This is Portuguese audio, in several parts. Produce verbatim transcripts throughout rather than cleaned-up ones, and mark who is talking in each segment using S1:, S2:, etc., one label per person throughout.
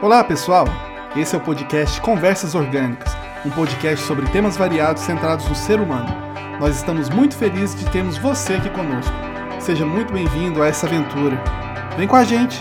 S1: Olá, pessoal! Esse é o podcast Conversas Orgânicas, um podcast sobre temas variados centrados no ser humano. Nós estamos muito felizes de termos você aqui conosco. Seja muito bem-vindo a essa aventura. Vem com a gente!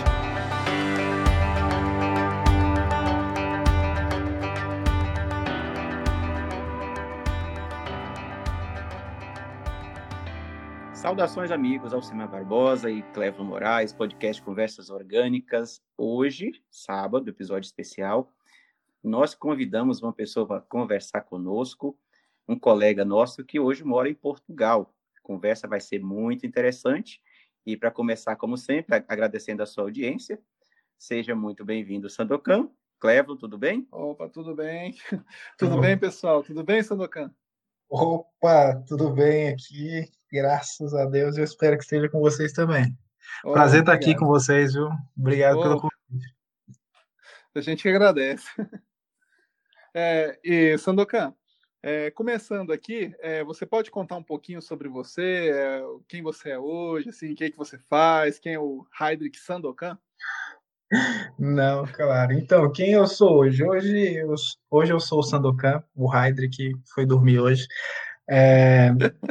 S2: Saudações, amigos, Alcimar Barbosa e Clévio Moraes, podcast Conversas Orgânicas. Hoje, sábado, episódio especial, nós convidamos uma pessoa para conversar conosco, um colega nosso que hoje mora em Portugal. A conversa vai ser muito interessante e, para começar, como sempre, agradecendo a sua audiência, seja muito bem-vindo, Sandokan. Clévio, tudo bem?
S1: Opa, tudo bem? Tudo bem, pessoal? Tudo bem, Sandokan?
S3: Opa, tudo bem aqui, graças a Deus, eu espero que esteja com vocês também. Oh, Prazer obrigado. Estar aqui com vocês, viu? Obrigado oh, pelo convite.
S1: A gente que agradece. É, e, Sandokan, é, começando aqui, é, você pode contar um pouquinho sobre você, é, quem você é hoje, assim, o que, é que você faz, quem é o Heidrich Sandokan?
S3: Não, claro. Então, quem eu sou hoje? Hoje eu, hoje eu sou o Sandokan, o Heidrich que foi dormir hoje. É...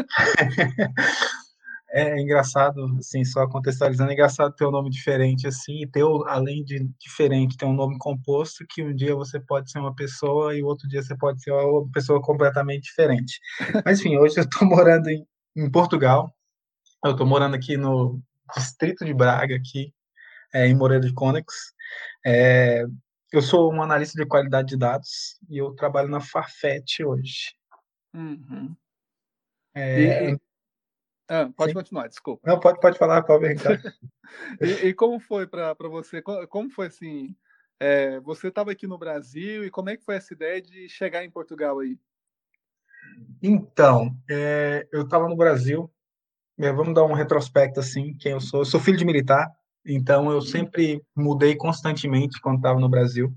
S3: é engraçado, assim, só contextualizando, é engraçado ter um nome diferente, assim, e ter, além de diferente, ter um nome composto, que um dia você pode ser uma pessoa e o outro dia você pode ser uma pessoa completamente diferente. Mas, enfim, hoje eu estou morando em, em Portugal, eu estou morando aqui no distrito de Braga, aqui, é, em Moreira de Cónegos. É, eu sou um analista de qualidade de dados e eu trabalho na Farfetch hoje.
S1: Uhum.
S3: É,
S1: e, e... Ah, pode
S3: sim.
S1: continuar, desculpa.
S3: Não, pode, pode falar, pode perguntar.
S1: e, e como foi para você? Como foi assim? É, você estava aqui no Brasil e como é que foi essa ideia de chegar em Portugal aí?
S3: Então, é, eu estava no Brasil. É, vamos dar um retrospecto assim, quem eu sou. Eu sou filho de militar, então eu sempre mudei constantemente quando estava no Brasil.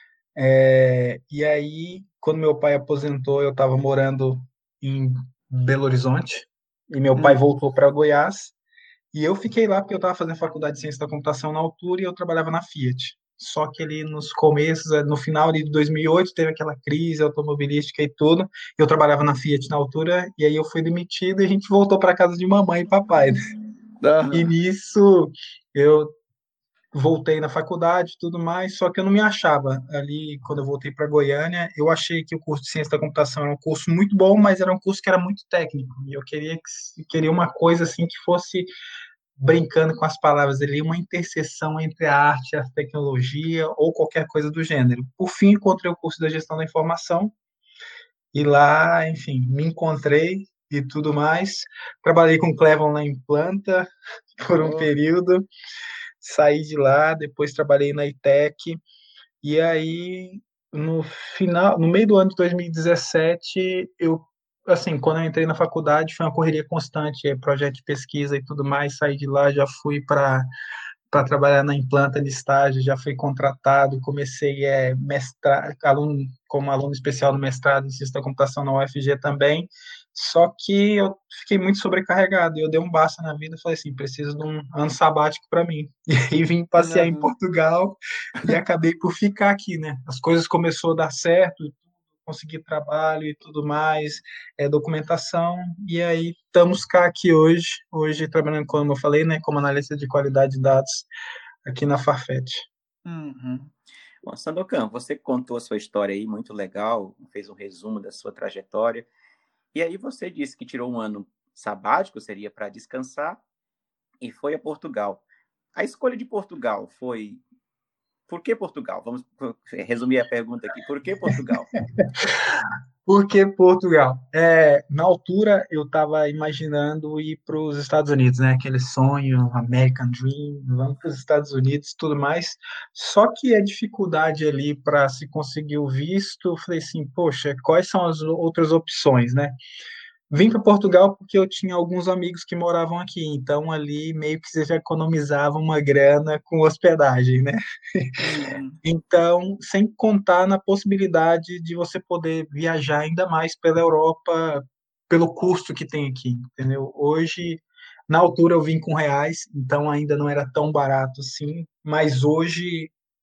S3: É, e aí, quando meu pai aposentou, eu estava morando em Belo Horizonte e meu pai hum. voltou para Goiás. E eu fiquei lá porque eu estava fazendo faculdade de ciência da computação na altura e eu trabalhava na Fiat. Só que ali nos começos, no final ali de dois mil e oito, teve aquela crise automobilística e tudo. Eu trabalhava na Fiat na altura e aí eu fui demitido e a gente voltou para casa de mamãe e papai. Uhum. E nisso eu voltei na faculdade e tudo mais, só que eu não me achava ali quando eu voltei para Goiânia. Eu achei que o curso de ciência da computação era um curso muito bom, mas era um curso que era muito técnico. E eu queria, queria uma coisa assim que fosse, brincando com as palavras ali, uma interseção entre a arte e a tecnologia ou qualquer coisa do gênero. Por fim, encontrei o curso da gestão da informação e lá, enfim, me encontrei e tudo mais. Trabalhei com o Clevon lá em planta por um oh. período, saí de lá, depois trabalhei na I T E C e aí no final, no meio do ano de dois mil e dezessete, eu assim, quando eu entrei na faculdade, foi uma correria constante, projeto de pesquisa e tudo mais, saí de lá, já fui para para trabalhar na Implanta de estágio, já fui contratado, comecei é, mestrado, aluno, como aluno especial no mestrado em ciência da computação na U F G também, só que eu fiquei muito sobrecarregado, e eu dei um basta na vida, falei assim, preciso de um ano sabático para mim, e aí vim passear uhum. em Portugal, e acabei por ficar aqui, né, as coisas começaram a dar certo, consegui trabalho e tudo mais, é, documentação, e aí estamos cá aqui hoje, hoje trabalhando, como eu falei, né, como analista de qualidade de dados aqui na Farfetch.
S2: Uhum. Bom, Sandokan, você contou a sua história aí, muito legal, fez um resumo da sua trajetória, e aí você disse que tirou um ano sabático, seria para descansar, e foi a Portugal. A escolha de Portugal foi... Por que Portugal? Vamos resumir a pergunta aqui. Por que Portugal?
S3: Por que Portugal? É, na altura, eu estava imaginando ir para os Estados Unidos, né? Aquele sonho, American Dream, vamos para os Estados Unidos e tudo mais. Só que a dificuldade ali para se conseguir o visto, eu falei assim, poxa, quais são as outras opções, né? Vim para Portugal porque eu tinha alguns amigos que moravam aqui, então ali meio que você já economizava uma grana com hospedagem, né? Uhum. Então, sem contar na possibilidade de você poder viajar ainda mais pela Europa, pelo custo que tem aqui, entendeu? Hoje, na altura eu vim com reais, então ainda não era tão barato assim, mas hoje,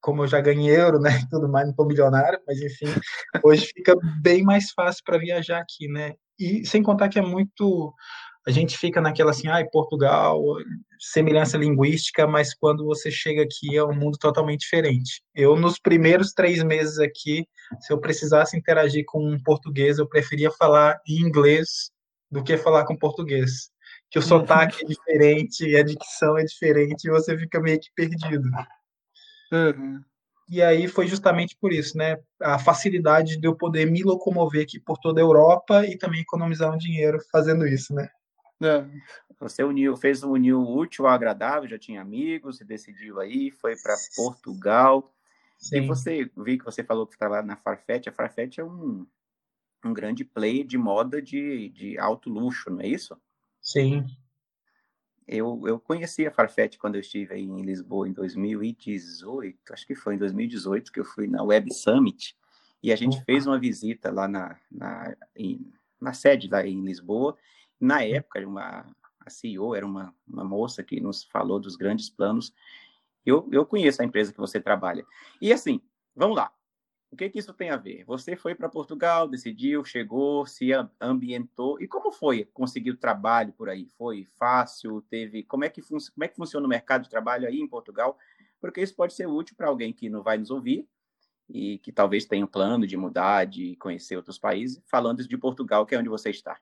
S3: como eu já ganhei euro, né, e tudo mais, não estou milionário, mas enfim, hoje fica bem mais fácil para viajar aqui, né? E sem contar que é muito, a gente fica naquela assim, ai, Portugal, semelhança linguística, mas quando você chega aqui é um mundo totalmente diferente. Eu, nos primeiros três meses aqui, se eu precisasse interagir com um português, eu preferia falar em inglês do que falar com português. Que o
S1: Uhum.
S3: sotaque é diferente, a dicção é diferente, e você fica meio que perdido.
S1: Uhum.
S3: E aí foi justamente por isso, né? A facilidade de eu poder me locomover aqui por toda a Europa e também economizar um dinheiro fazendo isso, né?
S1: É.
S2: Você uniu, fez um unir o útil ao agradável, já tinha amigos, você decidiu aí, foi para Portugal. E
S3: Sim,
S2: você, vi que você falou que trabalha na Farfetch. A Farfetch é um, um grande player de moda de, de alto luxo, não é isso?
S3: sim.
S2: Eu, eu conheci a Farfetch quando eu estive aí em Lisboa em dois mil e dezoito, acho que foi em dois mil e dezoito que eu fui na Web Summit, e a gente fez
S3: Opa.
S2: uma visita lá na, na, em, na sede lá em Lisboa. Na época, uma, a C E O era uma, uma moça que nos falou dos grandes planos. Eu, eu conheço a empresa que você trabalha. E assim, vamos lá. O que que isso tem a ver? Você foi para Portugal, decidiu, chegou, se ambientou. E como foi conseguir o trabalho por aí? Foi fácil? Teve? Como é que, fun... como é que funciona o mercado de trabalho aí em Portugal? Porque isso pode ser útil para alguém que não vai nos ouvir e que talvez tenha um plano de mudar, de conhecer outros países, falando de Portugal, que é onde você está.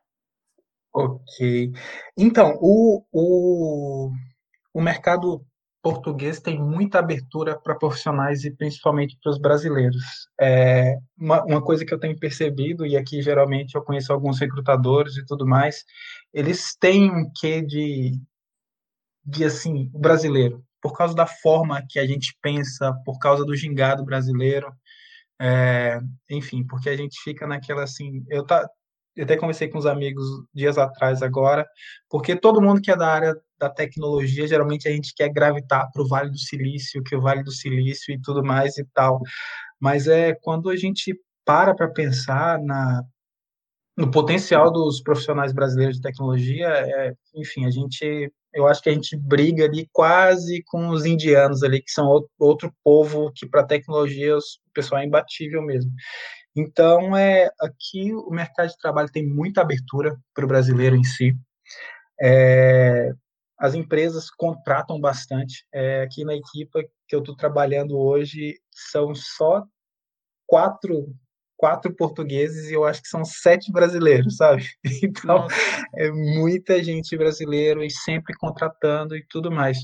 S3: Ok. Então, o, o, o mercado português tem muita abertura para profissionais e principalmente para os brasileiros. É, uma, uma coisa que eu tenho percebido, e aqui geralmente eu conheço alguns recrutadores e tudo mais, eles têm um quê de, de assim, o brasileiro, por causa da forma que a gente pensa, por causa do gingado brasileiro, é, enfim, porque a gente fica naquela assim, eu, tá, eu até conversei com os amigos dias atrás agora, porque todo mundo que é da área da tecnologia, geralmente a gente quer gravitar para o Vale do Silício, que o Vale do Silício e tudo mais e tal, mas é quando a gente para para pensar na no potencial dos profissionais brasileiros de tecnologia, é, enfim, a gente, eu acho que a gente briga ali quase com os indianos ali, que são outro, outro povo que para tecnologia o pessoal é imbatível mesmo. Então, é, aqui o mercado de trabalho tem muita abertura para o brasileiro em si. É, as empresas contratam bastante. É, aqui na equipa que eu estou trabalhando hoje, são só quatro quatro portugueses e eu acho que são sete brasileiros, sabe? Então,
S1: Nossa.
S3: é muita gente brasileira e sempre contratando e tudo mais.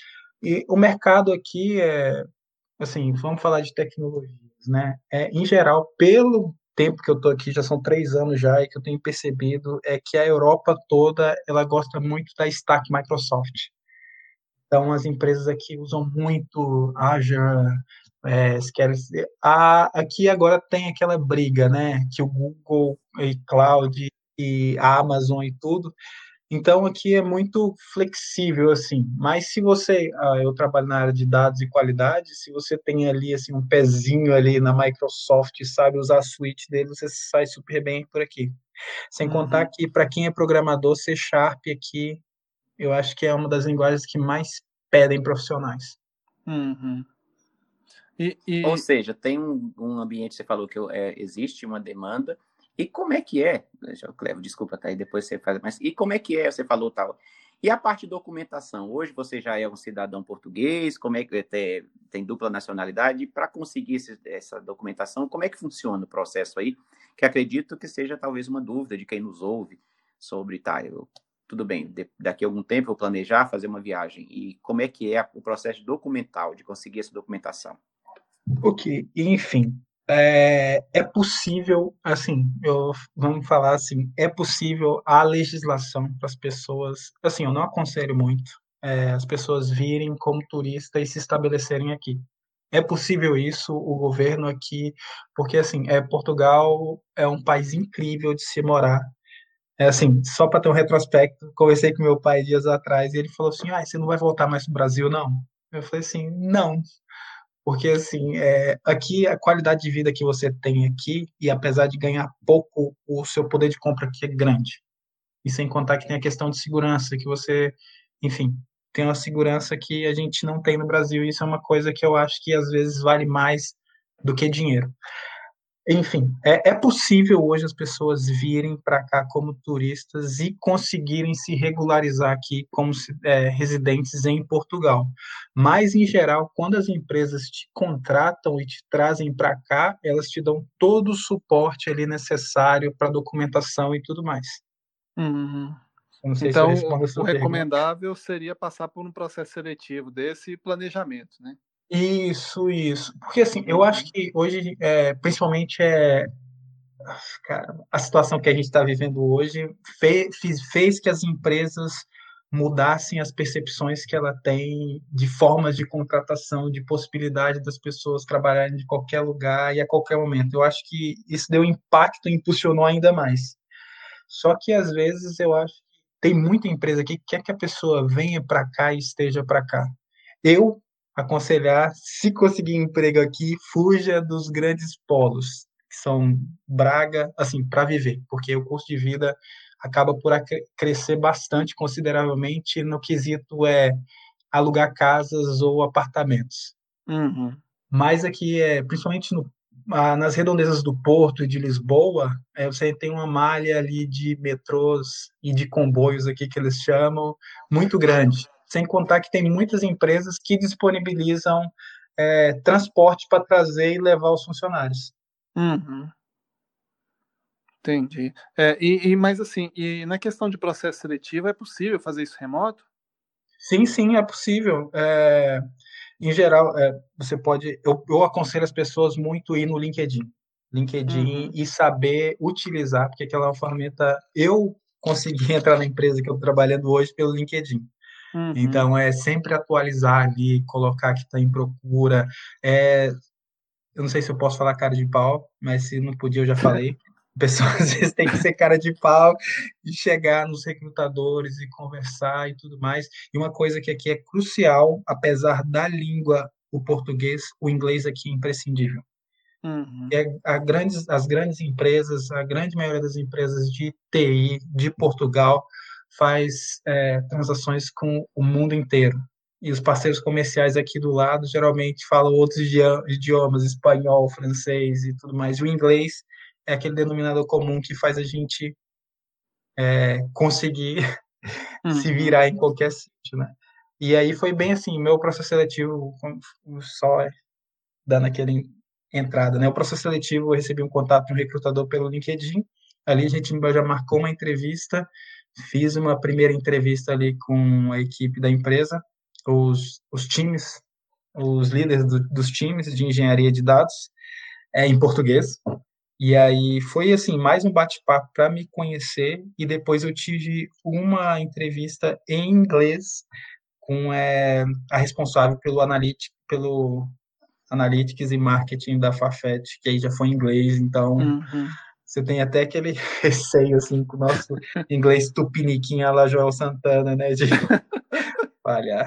S3: E o mercado aqui é, assim, vamos falar de tecnologias, né? É, em geral, pelo tempo que eu estou aqui, já são três anos já, e que eu tenho percebido é que a Europa toda, ela gosta muito da stack Microsoft. Então, as empresas aqui usam muito Azure, é, se quer dizer, a, aqui agora tem aquela briga, né, que o Google e Cloud e a Amazon e tudo, então aqui é muito flexível assim, mas se você, ah, eu trabalho na área de dados e qualidade, se você tem ali assim um pezinho ali na Microsoft e sabe usar a suite dele, você sai super bem por aqui. Sem contar
S1: Uhum.
S3: que para quem é programador, C Sharp aqui, eu acho que é uma das linguagens que mais pedem profissionais.
S1: Uhum. E,
S2: Ou
S1: e
S2: seja, tem um, um ambiente, você falou que é, existe uma demanda. E como é que é? Clevo, desculpa, tá aí, depois você faz. Mas e como é que é? Você falou tal. E a parte de documentação? Hoje você já é um cidadão português? Como é que tem, tem dupla nacionalidade? Para conseguir esse, essa documentação, como é que funciona o processo aí? Que acredito que seja talvez uma dúvida de quem nos ouve sobre, tá, eu, tudo bem, de, daqui a algum tempo eu planejar fazer uma viagem. E como é que é o processo documental de conseguir essa documentação?
S3: Ok, enfim, é, é possível, assim, eu, vamos falar assim, é possível a legislação para as pessoas, assim, eu não aconselho muito, é, as pessoas virem como turista e se estabelecerem aqui. É possível isso, o governo aqui, porque assim, é, Portugal é um país incrível de se morar. É assim, só para ter um retrospecto, conversei com meu pai dias atrás e ele falou assim: ah, você não vai voltar mais para o Brasil, não? Eu falei assim, não, porque, assim, é, aqui a qualidade de vida que você tem aqui, e apesar de ganhar pouco, o seu poder de compra aqui é grande. E sem contar que tem a questão de segurança, que você, enfim. tem uma segurança que a gente não tem no Brasil, e isso é uma coisa que eu acho que às vezes vale mais do que dinheiro. Enfim, é, é possível hoje as pessoas virem para cá como turistas e conseguirem se regularizar aqui como é, residentes em Portugal. Mas, em geral, quando as empresas te contratam e te trazem para cá, elas te dão todo o suporte ali necessário para documentação e tudo mais.
S1: Uhum.
S3: Eu não sei
S1: Então,
S3: se eu respondo a
S1: o
S3: sua pergunta.
S1: recomendável seria passar por um processo seletivo desse planejamento, né?
S3: Isso, isso. Porque, assim, eu acho que hoje, é, principalmente, é, cara, a situação que a gente está vivendo hoje fez, fez que as empresas mudassem as percepções que ela tem de formas de contratação, de possibilidade das pessoas trabalharem de qualquer lugar e a qualquer momento. Eu acho que isso deu impacto e impulsionou ainda mais. Só que, às vezes, eu acho que tem muita empresa aqui que quer que a pessoa venha para cá e esteja para cá. Eu aconselhar, se conseguir emprego aqui, fuja dos grandes polos, que são Braga, assim, para viver, porque o custo de vida acaba por crescer bastante, consideravelmente, no quesito é alugar casas ou apartamentos.
S1: Uhum.
S3: Mas aqui, é, principalmente no, nas redondezas do Porto e de Lisboa, é, você tem uma malha ali de metrôs e de comboios aqui que eles chamam, muito grande. Sem contar que tem muitas empresas que disponibilizam é, transporte para trazer e levar os funcionários.
S1: Uhum. Entendi. É, e, e, mas assim, e na questão de processo seletivo, é possível fazer isso remoto?
S3: Sim, sim, é possível. É, em geral, é, você pode. Eu, eu aconselho as pessoas muito a ir no LinkedIn. LinkedIn
S1: Uhum.
S3: e saber utilizar, porque aquela é uma ferramenta. Eu consegui entrar na empresa que eu estou trabalhando hoje pelo LinkedIn.
S1: Uhum.
S3: Então, é sempre atualizar ali, colocar que está em procura. É, eu não sei se eu posso falar cara de pau, mas se não podia, eu já falei. A pessoa às vezes tem que ser cara de pau e chegar nos recrutadores e conversar e tudo mais. E uma coisa que aqui é crucial, apesar da língua, o português, o inglês aqui é imprescindível.
S1: Uhum.
S3: E a, a grandes, as grandes empresas, a grande maioria das empresas de T I de Portugal faz é, transações com o mundo inteiro. E os parceiros comerciais aqui do lado geralmente falam outros idiomas, espanhol, francês e tudo mais. E o inglês é aquele denominador comum que faz a gente é, conseguir se
S1: Uhum.
S3: virar em qualquer sítio, né? E aí foi bem assim, meu processo seletivo, só dando aquele entrada, né? O processo seletivo, eu recebi um contato de um recrutador pelo LinkedIn. Ali a gente já marcou uma entrevista, fiz uma primeira entrevista ali com a equipe da empresa, os, os times, os líderes do, dos times de engenharia de dados, é, em português. E aí foi assim, mais um bate-papo para me conhecer e depois eu tive uma entrevista em inglês com é, a responsável pelo analítico, pelo Analytics e Marketing da Farfetch, que aí já foi em inglês, então
S1: Uhum.
S3: você tem até aquele receio, assim, com o nosso inglês tupiniquim à la Joel Santana, né, de falhar.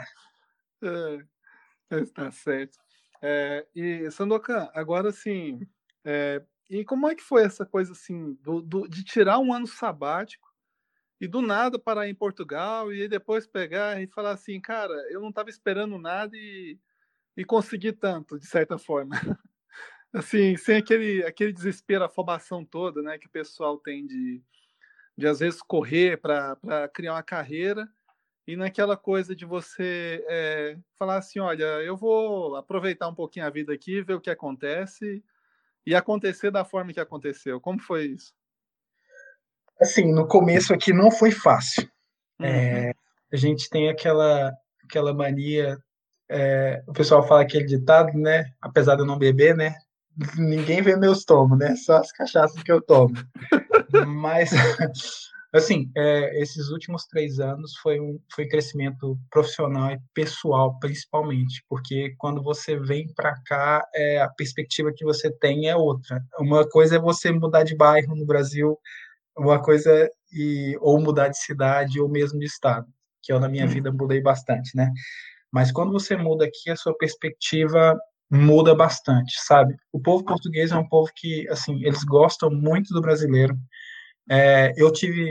S1: É, está certo. É, e, Sandokan, agora sim, é, e como é que foi essa coisa assim, do, do- de tirar um ano sabático e do nada parar em Portugal e aí depois pegar e falar assim, cara, eu não estava esperando nada e, e consegui tanto, de certa forma. Assim, sem aquele, aquele desespero, afobação toda, né, que o pessoal tem de, de às vezes correr para criar uma carreira e naquela coisa de você é, falar assim, olha, eu vou aproveitar um pouquinho a vida aqui, ver o que acontece e acontecer da forma que aconteceu. Como foi isso?
S3: Assim, no começo aqui não foi fácil.
S1: Uhum.
S3: A gente tem aquela, aquela mania, é, o pessoal fala aquele ditado, né, apesar de eu não beber, né, ninguém vê meus tomos, né, só as cachaças que eu tomo. Mas, assim, é, esses últimos três anos foi um foi crescimento profissional e pessoal, principalmente, porque quando você vem para cá, é, a perspectiva que você tem é outra. Uma coisa é você mudar de bairro no Brasil, uma coisa e ou mudar de cidade ou mesmo de estado, que eu na minha vida mudei bastante, né? Mas quando você muda aqui, a sua perspectiva muda bastante, sabe? O povo português é um povo que, assim, eles gostam muito do brasileiro. É, eu tive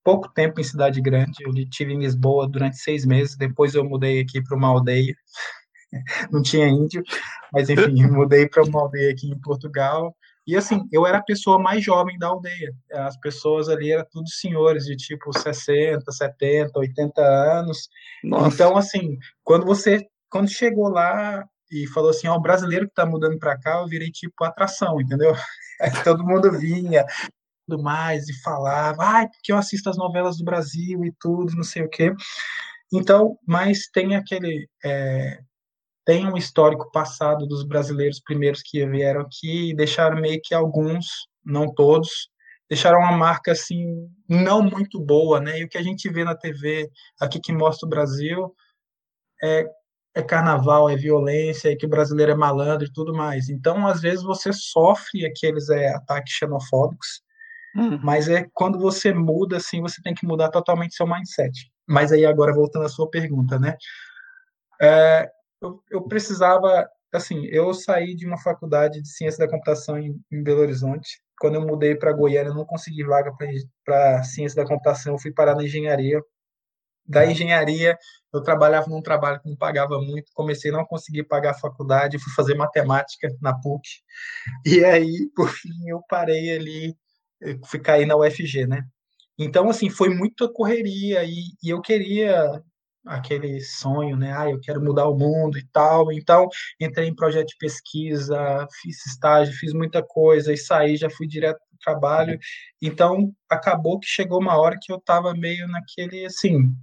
S3: pouco tempo em cidade grande. Eu estive em Lisboa durante seis meses. Depois eu mudei aqui para uma aldeia. Não tinha índio, mas enfim, mudei para uma aldeia aqui em Portugal. E assim, eu era a pessoa mais jovem da aldeia. As pessoas ali eram todos senhores de tipo sessenta, setenta, oitenta anos.
S1: Nossa.
S3: Então, assim, quando você quando chegou lá e falou assim, ó, o brasileiro que tá mudando para cá, eu virei tipo atração, entendeu? Aí todo mundo vinha, tudo mais, e falava, ai, porque eu assisto as novelas do Brasil e tudo, não sei o quê. Então, mas tem aquele é, tem um histórico passado dos brasileiros primeiros que vieram aqui e deixaram meio que alguns, não todos, deixaram uma marca assim não muito boa, né? E o que a gente vê na T V aqui que mostra o Brasil é, é carnaval, é violência, é que o brasileiro é malandro e tudo mais. Então, às vezes você sofre aqueles é, ataques xenofóbicos,
S1: Uhum.
S3: mas é quando você muda assim, você tem que mudar totalmente seu mindset. Mas aí agora voltando à sua pergunta, né? eu, eu precisava, assim, eu saí de uma faculdade de ciência da computação em, em Belo Horizonte. Quando eu mudei para Goiânia, eu não consegui vaga para ciência da computação, eu fui parar na engenharia. Da engenharia, eu trabalhava num trabalho que não pagava muito, comecei a não conseguir pagar a faculdade, fui fazer matemática na PUC. E aí, por fim, eu parei ali, eu fui cair na U F G, né? Então, assim, foi muita correria e, e eu queria aquele sonho, né? Ah, eu quero mudar o mundo e tal. Então, entrei em projeto de pesquisa, fiz estágio, fiz muita coisa e saí, já fui direto para o trabalho. Então, acabou que chegou uma hora que eu estava meio naquele, assim,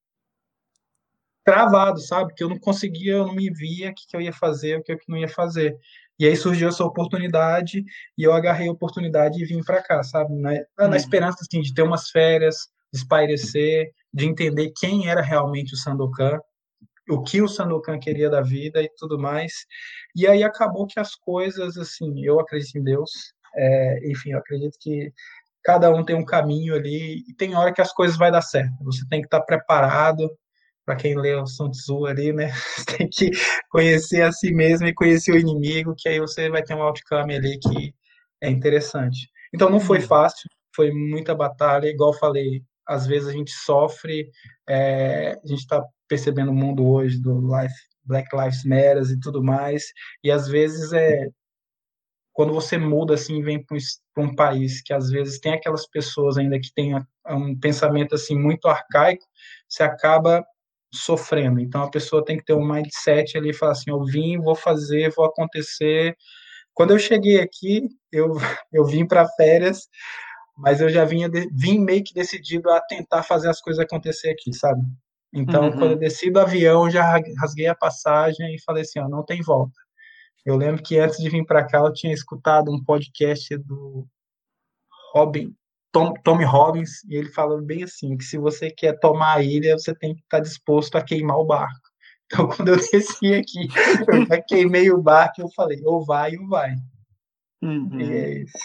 S3: travado, sabe? Que eu não conseguia, eu não me via o que, que eu ia fazer, o que eu não ia fazer. E aí surgiu essa oportunidade e eu agarrei a oportunidade e vim para cá, sabe? Na, na
S1: Uhum.
S3: esperança assim, de ter umas férias, de espairecer, de entender quem era realmente o Sandokan, o que o Sandokan queria da vida e tudo mais. E aí acabou que as coisas, assim, eu acredito em Deus, é, enfim, eu acredito que cada um tem um caminho ali e tem hora que as coisas vai dar certo. Você tem que estar preparado, para quem lê o Sun Tzu ali, né? Você tem que conhecer a si mesmo e conhecer o inimigo, que aí você vai ter um outcome ali que é interessante. Então não foi
S1: Uhum.
S3: fácil, foi muita batalha, igual eu falei, às vezes a gente sofre, é, a gente está percebendo o mundo hoje do life, Black Lives Matter e tudo mais, e às vezes é quando você muda assim e vem para um, um país que às vezes tem aquelas pessoas ainda que têm um pensamento assim muito arcaico, você acaba sofrendo. Então a pessoa tem que ter um mindset ali e falar assim, eu vim, vou fazer, vou acontecer. Quando eu cheguei aqui, eu eu vim para férias, mas eu já vinha de, vim meio que decidido a tentar fazer as coisas acontecer aqui, sabe? Então, quando eu
S1: Uhum.
S3: desci do avião, já rasguei a passagem e falei assim, ó, não tem volta. Eu lembro que antes de vir para cá, eu tinha escutado um podcast do Robin, Tom, Tommy Robbins, e ele falando bem assim, que se você quer tomar a ilha, você tem que estar disposto a queimar o barco. Então, quando eu desci aqui, eu já queimei o barco e eu falei, ou vai ou vai. E
S1: Uhum.
S3: é isso.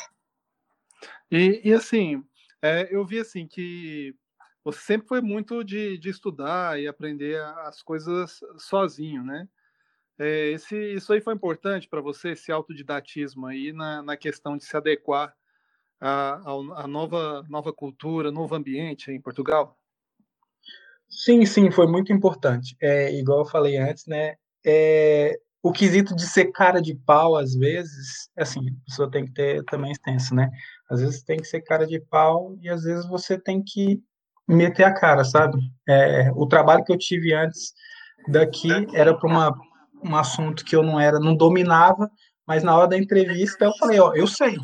S1: E, e assim, é, eu vi assim que você sempre foi muito de, de estudar e aprender as coisas sozinho, né? É, esse, isso aí foi importante para você, esse autodidatismo aí na, na questão de se adequar à, à nova, nova cultura, novo ambiente em Portugal?
S3: Sim, sim, foi muito importante. É, igual eu falei antes, né? É, o quesito de ser cara de pau, às vezes, assim, a pessoa tem que ter também senso, né? Às vezes tem que ser cara de pau e às vezes você tem que meter a cara, sabe? É, o trabalho que eu tive antes daqui era para uma um assunto que eu não era, não dominava, mas na hora da entrevista eu falei, ó, eu sei.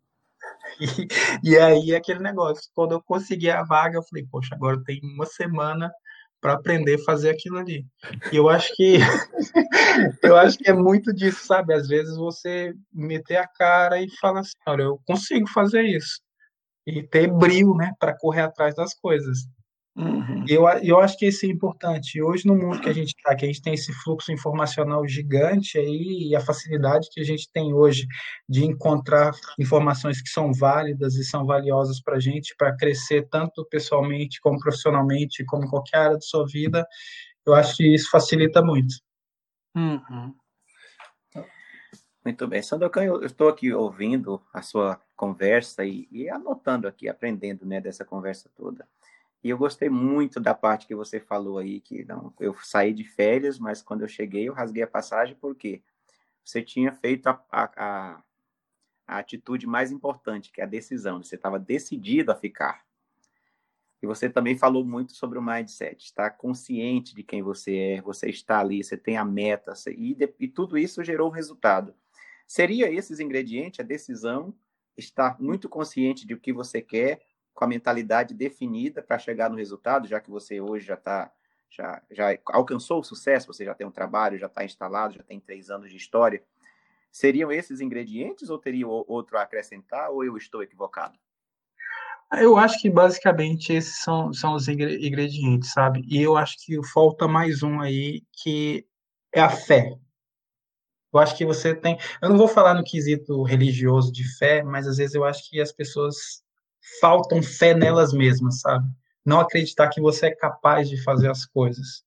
S3: E, e aí aquele negócio, quando eu consegui a vaga, eu falei, poxa, agora eu tenho uma semana para aprender a fazer aquilo ali. E eu acho que eu acho que é muito disso, sabe? Às vezes você meter a cara e falar assim, olha, eu consigo fazer isso. E ter brio, né, para correr atrás das coisas.
S1: Uhum.
S3: E eu, a- eu acho que isso é importante. E hoje, no mundo que a gente está, que a gente tem esse fluxo informacional gigante aí, e a facilidade que a gente tem hoje de encontrar informações que são válidas e são valiosas para a gente, para crescer tanto pessoalmente, como profissionalmente, como em qualquer área da sua vida, eu acho que isso facilita muito.
S1: Uhum.
S2: Muito bem. Sandokan, eu estou aqui ouvindo a sua conversa e, e anotando aqui, aprendendo, né, dessa conversa toda. E eu gostei muito da parte que você falou aí, que não, eu saí de férias, mas quando eu cheguei eu rasguei a passagem porque você tinha feito a, a, a, a atitude mais importante, que é a decisão. Você estava decidido a ficar. E você também falou muito sobre o mindset, estar consciente de quem você é, você está ali, você tem a meta, e, e tudo isso gerou um resultado. Seria esses ingredientes, a decisão, estar muito consciente de o que você quer, com a mentalidade definida para chegar no resultado, já que você hoje já está, já, já alcançou o sucesso, você já tem um trabalho, já está instalado, já tem três anos de história. Seriam esses ingredientes ou teria outro a acrescentar, ou eu estou equivocado?
S3: Eu acho que basicamente esses são, são os ingredientes, sabe? E eu acho que falta mais um aí, que é a fé. Eu acho que você tem. Eu não vou falar no quesito religioso de fé, mas às vezes eu acho que as pessoas faltam fé nelas mesmas, sabe? Não acreditar que você é capaz de fazer as coisas.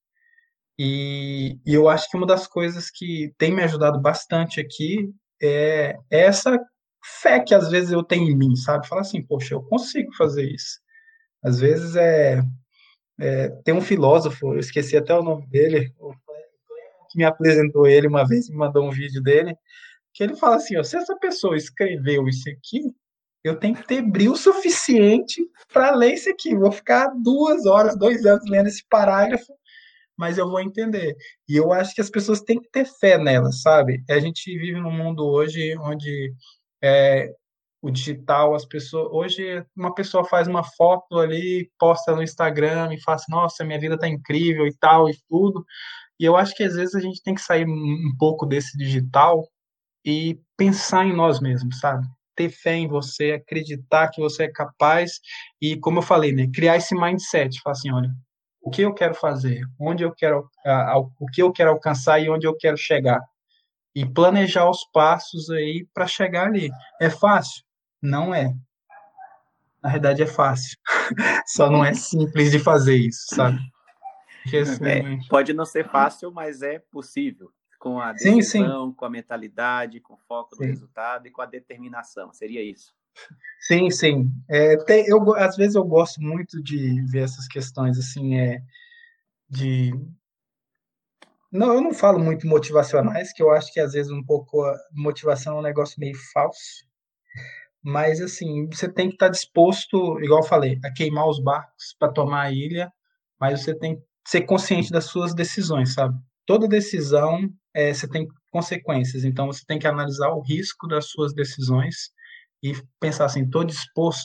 S3: E, e eu acho que uma das coisas que tem me ajudado bastante aqui é, é essa fé que às vezes eu tenho em mim, sabe? Falar assim, poxa, eu consigo fazer isso. Às vezes é, é tem um filósofo, eu esqueci até o nome dele, que me apresentou ele uma vez, me mandou um vídeo dele, que ele fala assim, ó, se essa pessoa escreveu isso aqui, eu tenho que ter brilho suficiente para ler isso aqui. Vou ficar duas horas, dois anos lendo esse parágrafo, mas eu vou entender. E eu acho que as pessoas têm que ter fé nelas, sabe? A gente vive num mundo hoje onde é, o digital, as pessoas. Hoje, uma pessoa faz uma foto ali, posta no Instagram e fala assim, nossa, minha vida tá incrível e tal, e tudo. E eu acho que às vezes a gente tem que sair um pouco desse digital e pensar em nós mesmos, sabe? Ter fé em você, acreditar que você é capaz e, como eu falei, né, criar esse mindset, falar assim, olha, o que eu quero fazer, onde eu quero, ah, o que eu quero alcançar e onde eu quero chegar e planejar os passos aí para chegar ali. É fácil? Não é. Na verdade é fácil. Só não é simples de fazer isso, sabe? Porque,
S2: É,
S3: assim,
S2: pode não ser fácil, mas é possível. Com a
S3: sim, sim,
S2: decisão, com a mentalidade, com foco no
S3: sim.
S2: resultado e com a determinação. Seria isso.
S3: Sim, sim. É, tem, eu, go- às vezes eu gosto muito de ver essas questões assim, é, de. Não, eu não falo muito motivacionais, que eu acho que às vezes um pouco a motivação é um negócio meio falso, mas assim, você tem que estar disposto, igual eu falei, a queimar os barcos para tomar a ilha, mas você tem que ser consciente das suas decisões, sabe? Toda decisão, é, você tem consequências, então você tem que analisar o risco das suas decisões e pensar assim, estou disposto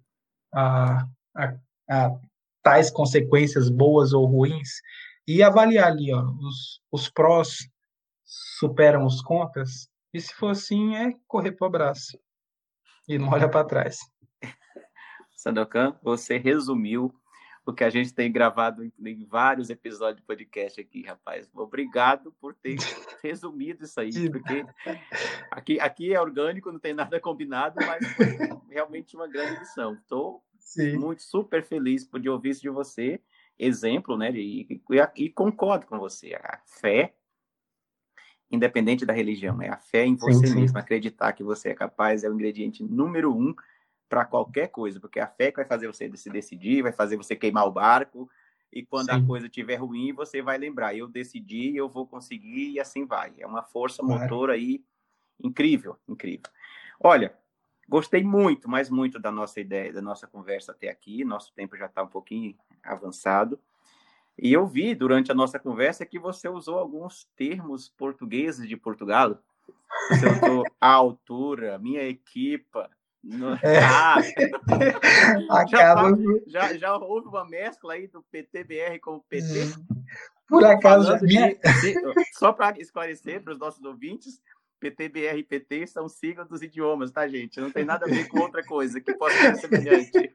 S3: a, a, a tais consequências boas ou ruins e avaliar ali, ó, os, os prós superam os contras, e se for assim, é correr pro abraço e não olha para trás.
S2: Sandokan, você resumiu o que a gente tem gravado em, em vários episódios de podcast aqui, rapaz. Obrigado por ter resumido isso aí, porque aqui, aqui é orgânico, não tem nada combinado, mas foi realmente uma grande lição. Estou muito super feliz por de ouvir isso de você, exemplo, né? E, e, e concordo com você. A fé, independente da religião, é a fé em
S3: Sim,
S2: você
S3: sim.
S2: mesmo. Acreditar que você é capaz é o ingrediente número um para qualquer coisa, porque a fé que vai fazer você se decidir, vai fazer você queimar o barco, e quando a
S3: Sim,
S2: coisa estiver ruim, você vai lembrar, eu decidi, eu vou conseguir, e assim vai. É uma força
S3: claro.
S2: motora aí incrível, incrível. Olha, gostei muito, mas muito da nossa ideia, da nossa conversa até aqui, nosso tempo já está um pouquinho avançado, e eu vi durante a nossa conversa que você usou alguns termos portugueses de Portugal. Você usou a altura, minha equipa. No...
S3: É,
S2: Ah, já,
S3: acaba,
S2: tá, já, já houve uma mescla aí do P T B R com o P T?
S3: por acaso, já,
S2: Falando
S3: minha,
S2: de. Só para esclarecer para os nossos ouvintes, P T B R e P T são siglas dos idiomas, tá, gente? Não tem nada a ver com outra coisa que possa ser semelhante.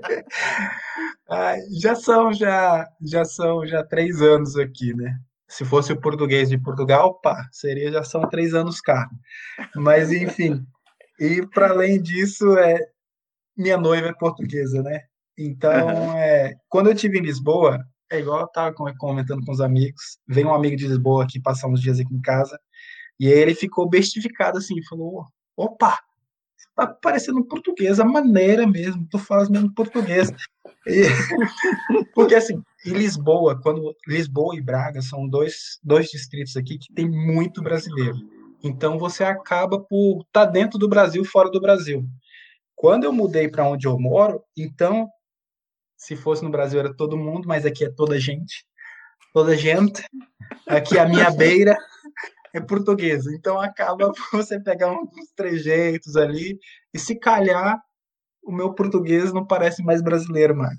S3: ah, já são já, já são já três anos aqui, né? Se fosse o português de Portugal, pá, seria já são três anos cá. Mas enfim, e para além disso, é minha noiva é portuguesa, né? Então,
S2: Uhum.
S3: é, quando eu estive em Lisboa, é igual eu estava comentando com os amigos, veio um amigo de Lisboa aqui passar uns dias aqui em casa, e aí ele ficou bestificado assim, falou, opa, tá parecendo português, a maneira mesmo, tu falas mesmo português. E, porque assim, em Lisboa, quando Lisboa e Braga são dois, dois distritos aqui que tem muito brasileiro. Então você acaba por estar tá dentro do Brasil, fora do Brasil. Quando eu mudei para onde eu moro, então, se fosse no Brasil era todo mundo, mas aqui é toda gente, toda gente. Aqui a minha beira é português. Então acaba por você pegar uns trejeitos ali e se calhar o meu português não parece mais brasileiro mais.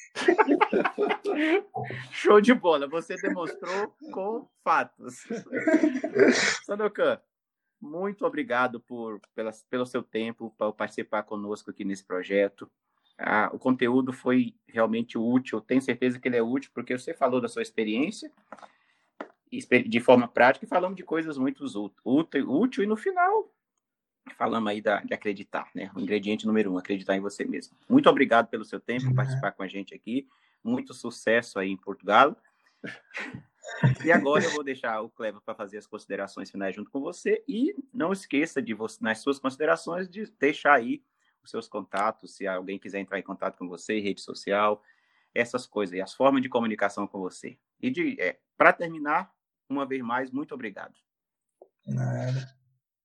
S2: Show de bola, você demonstrou com fatos. Sandokan, muito obrigado por, pela, pelo seu tempo, por participar conosco aqui nesse projeto. Ah, o conteúdo foi realmente útil, tenho certeza que ele é útil, porque você falou da sua experiência de forma prática e falamos de coisas muito útil, útil e no final falamos aí da, de acreditar, né? O ingrediente número um, acreditar em você mesmo. Muito obrigado pelo seu tempo, por participar com a gente aqui. Muito sucesso aí em Portugal. E agora eu vou deixar o Cleber para fazer as considerações finais junto com você. E não esqueça, de você, nas suas considerações, de deixar aí os seus contatos, se alguém quiser entrar em contato com você, rede social, essas coisas, e as formas de comunicação com você. E de, é, para terminar, uma vez mais, muito obrigado.
S3: Nada.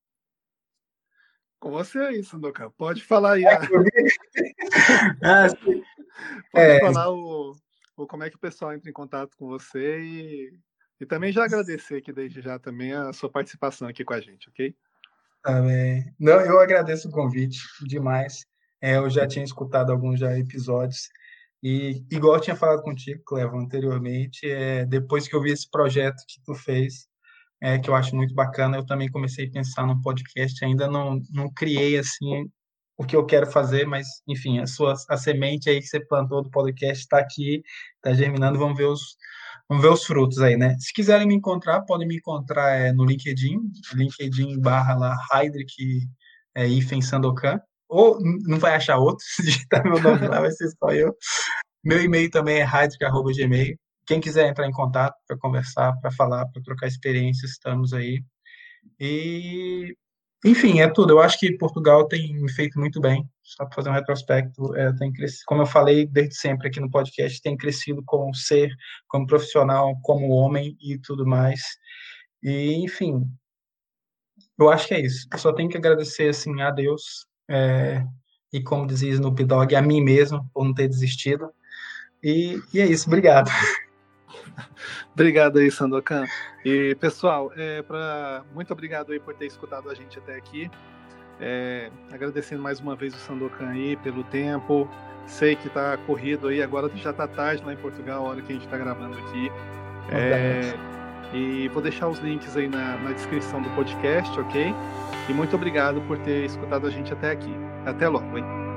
S1: Com você aí, Sandokan. Pode falar aí. A...
S3: ah,
S1: Pode é... falar o, o, como é que o pessoal entra em contato com você e, e também já agradecer aqui desde já também a sua participação aqui com a gente, ok?
S3: Tá bem. Não, eu agradeço o convite demais. É, eu já tinha escutado alguns já episódios e, igual eu tinha falado contigo, Clevo, anteriormente, é, depois que eu vi esse projeto que tu fez, é, que eu acho muito bacana, eu também comecei a pensar no podcast. Ainda não, não criei assim o que eu quero fazer, mas enfim, a sua a semente aí que você plantou do podcast está aqui, está germinando. Vamos ver os vamos ver os frutos aí, né? Se quiserem me encontrar, podem me encontrar é, no LinkedIn, LinkedIn barra lá Heidrich é, Ifen Sandokan, ou não vai achar outro, se digitar meu nome lá vai ser só eu. Meu e-mail também é heidrich arroba gmail. Quem quiser entrar em contato para conversar, para falar, para trocar experiências, estamos aí. E, enfim, é tudo. Eu acho que Portugal tem me feito muito bem. Só para fazer um retrospecto, é, tem crescido, como eu falei desde sempre aqui no podcast, tem crescido como ser, como profissional, como homem e tudo mais. E, enfim, eu acho que é isso. Eu só tenho que agradecer assim, a Deus é, e, como dizia Snoop Dogg, a mim mesmo por não ter desistido. E, e é isso. Obrigado.
S1: Obrigado aí, Sandokan. E, pessoal, é, pra... muito obrigado aí por ter escutado a gente até aqui. É, agradecendo mais uma vez o Sandokan aí pelo tempo. Sei que tá corrido aí, agora já tá tarde lá em Portugal, a hora que a gente tá gravando aqui. É, e vou deixar os links aí na, na descrição do podcast, ok? E muito obrigado por ter escutado a gente até aqui. Até logo, hein?